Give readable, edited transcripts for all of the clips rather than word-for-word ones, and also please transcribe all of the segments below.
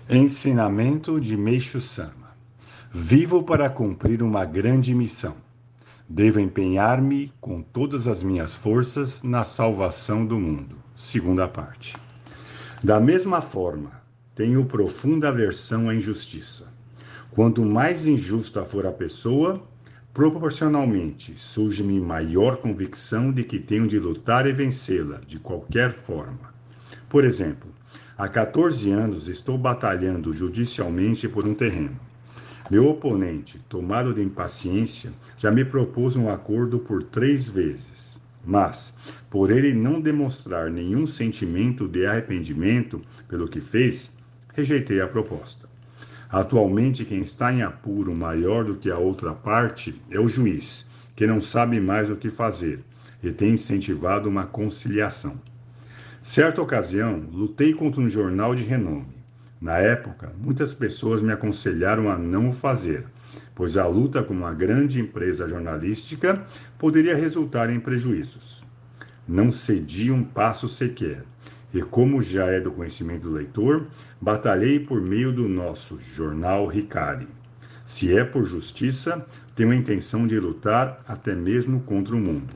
Ensinamento de Meixo Sama. Vivo para cumprir uma grande missão. Devo empenhar-me com todas as minhas forças na salvação do mundo. Segunda parte. Da mesma forma, tenho profunda aversão à injustiça. Quanto mais injusta for a pessoa, proporcionalmente surge-me maior convicção de que tenho de lutar e vencê-la de qualquer forma. Por exemplo, há 14 anos estou batalhando judicialmente por um terreno. Meu oponente, tomado de impaciência, já me propôs um acordo por 3 vezes. Mas, por ele não demonstrar nenhum sentimento de arrependimento pelo que fez, rejeitei a proposta. Atualmente, quem está em apuro maior do que a outra parte é o juiz, que não sabe mais o que fazer e tem incentivado uma conciliação. Certa ocasião, lutei contra um jornal de renome. Na época, muitas pessoas me aconselharam a não o fazer, pois a luta com uma grande empresa jornalística poderia resultar em prejuízos. Não cedi um passo sequer, e como já é do conhecimento do leitor, batalhei por meio do nosso jornal Ricari. Se é por justiça, tenho a intenção de lutar até mesmo contra o mundo.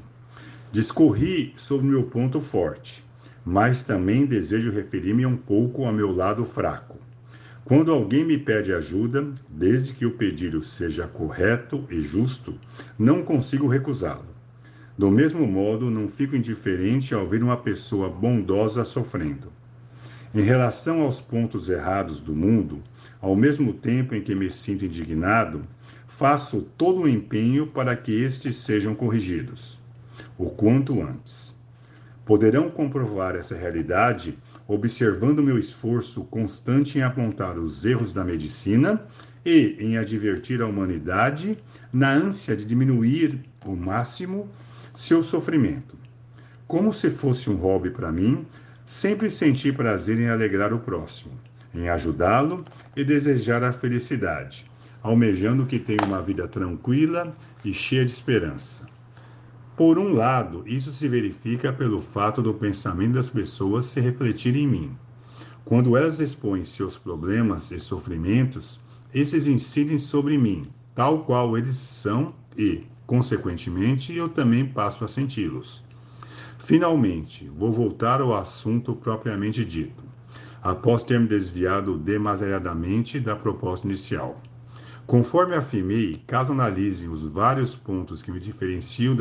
Discorri sobre meu ponto forte, mas também desejo referir-me um pouco ao meu lado fraco. Quando alguém me pede ajuda, desde que o pedido seja correto e justo, não consigo recusá-lo. Do mesmo modo, não fico indiferente ao ver uma pessoa bondosa sofrendo. Em relação aos pontos errados do mundo, ao mesmo tempo em que me sinto indignado, faço todo o empenho para que estes sejam corrigidos, o quanto antes. Poderão comprovar essa realidade observando meu esforço constante em apontar os erros da medicina e em advertir a humanidade na ânsia de diminuir ao máximo seu sofrimento. Como se fosse um hobby para mim, sempre senti prazer em alegrar o próximo, em ajudá-lo e desejar a felicidade, almejando que tenha uma vida tranquila e cheia de esperança. Por um lado, isso se verifica pelo fato do pensamento das pessoas se refletir em mim. Quando elas expõem seus problemas e sofrimentos, esses incidem sobre mim, tal qual eles são e, consequentemente, eu também passo a senti-los. Finalmente, vou voltar ao assunto propriamente dito, após ter me desviado demasiadamente da proposta inicial. Conforme afirmei, caso analisem os vários pontos que me diferenciam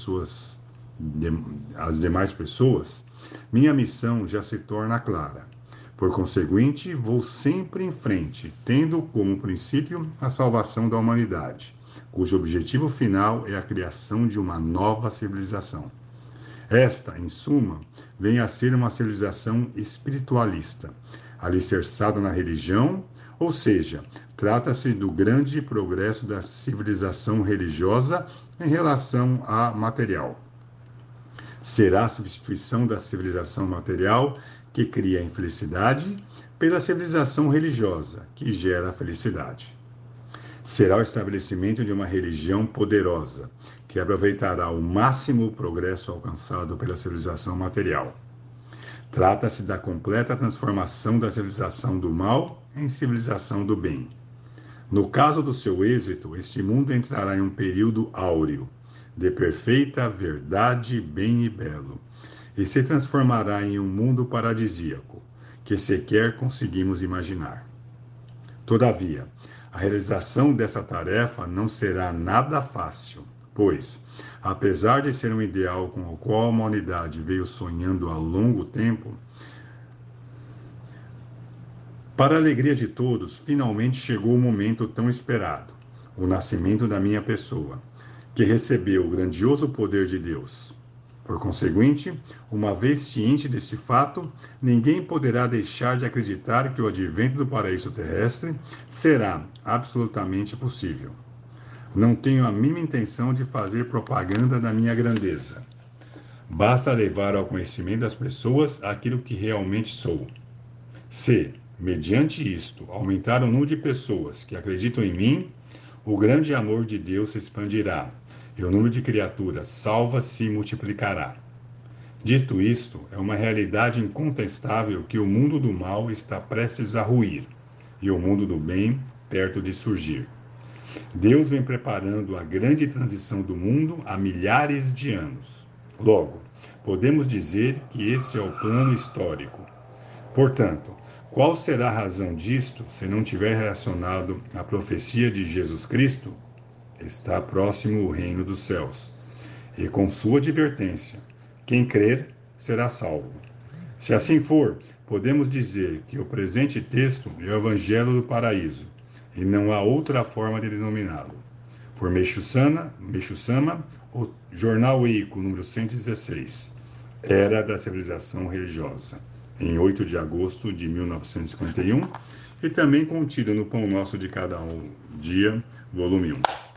as demais pessoas, minha missão já se torna clara. Por conseguinte, vou sempre em frente, tendo como princípio a salvação da humanidade, cujo objetivo final é a criação de uma nova civilização. Esta, em suma, vem a ser uma civilização espiritualista, alicerçada na religião, ou seja, trata-se do grande progresso da civilização religiosa em relação à material. Será a substituição da civilização material, que cria a infelicidade, pela civilização religiosa, que gera a felicidade. Será o estabelecimento de uma religião poderosa, que aproveitará ao máximo o progresso alcançado pela civilização material. Trata-se da completa transformação da civilização do mal em civilização do bem. No caso do seu êxito, este mundo entrará em um período áureo, de perfeita verdade, bem e belo, e se transformará em um mundo paradisíaco, que sequer conseguimos imaginar. Todavia, a realização dessa tarefa não será nada fácil, pois, apesar de ser um ideal com o qual a humanidade veio sonhando há longo tempo, para a alegria de todos, finalmente chegou o momento tão esperado, o nascimento da minha pessoa, que recebeu o grandioso poder de Deus. Por conseguinte, uma vez ciente desse fato, ninguém poderá deixar de acreditar que o advento do paraíso terrestre será absolutamente possível. Não tenho a mínima intenção de fazer propaganda da minha grandeza. Basta levar ao conhecimento das pessoas aquilo que realmente sou. Se, mediante isto, aumentar o número de pessoas que acreditam em mim, o grande amor de Deus se expandirá e o número de criaturas salvas se multiplicará. Dito isto, é uma realidade incontestável que o mundo do mal está prestes a ruir. e o mundo do bem perto de surgir. Deus vem preparando a grande transição do mundo há milhares de anos. Logo, podemos dizer que este é o plano histórico. Portanto, qual será a razão disto se não tiver relacionado à profecia de Jesus Cristo? Está próximo o reino dos céus. E com sua advertência, quem crer será salvo. Se assim for, podemos dizer que o presente texto é o Evangelho do Paraíso, e não há outra forma de denominá-lo. Por Meixo-sama, o Jornal Eico, número 116, Era da Civilização Religiosa, em 8 de agosto de 1951, e também contido no Pão Nosso de Cada Dia, volume 1.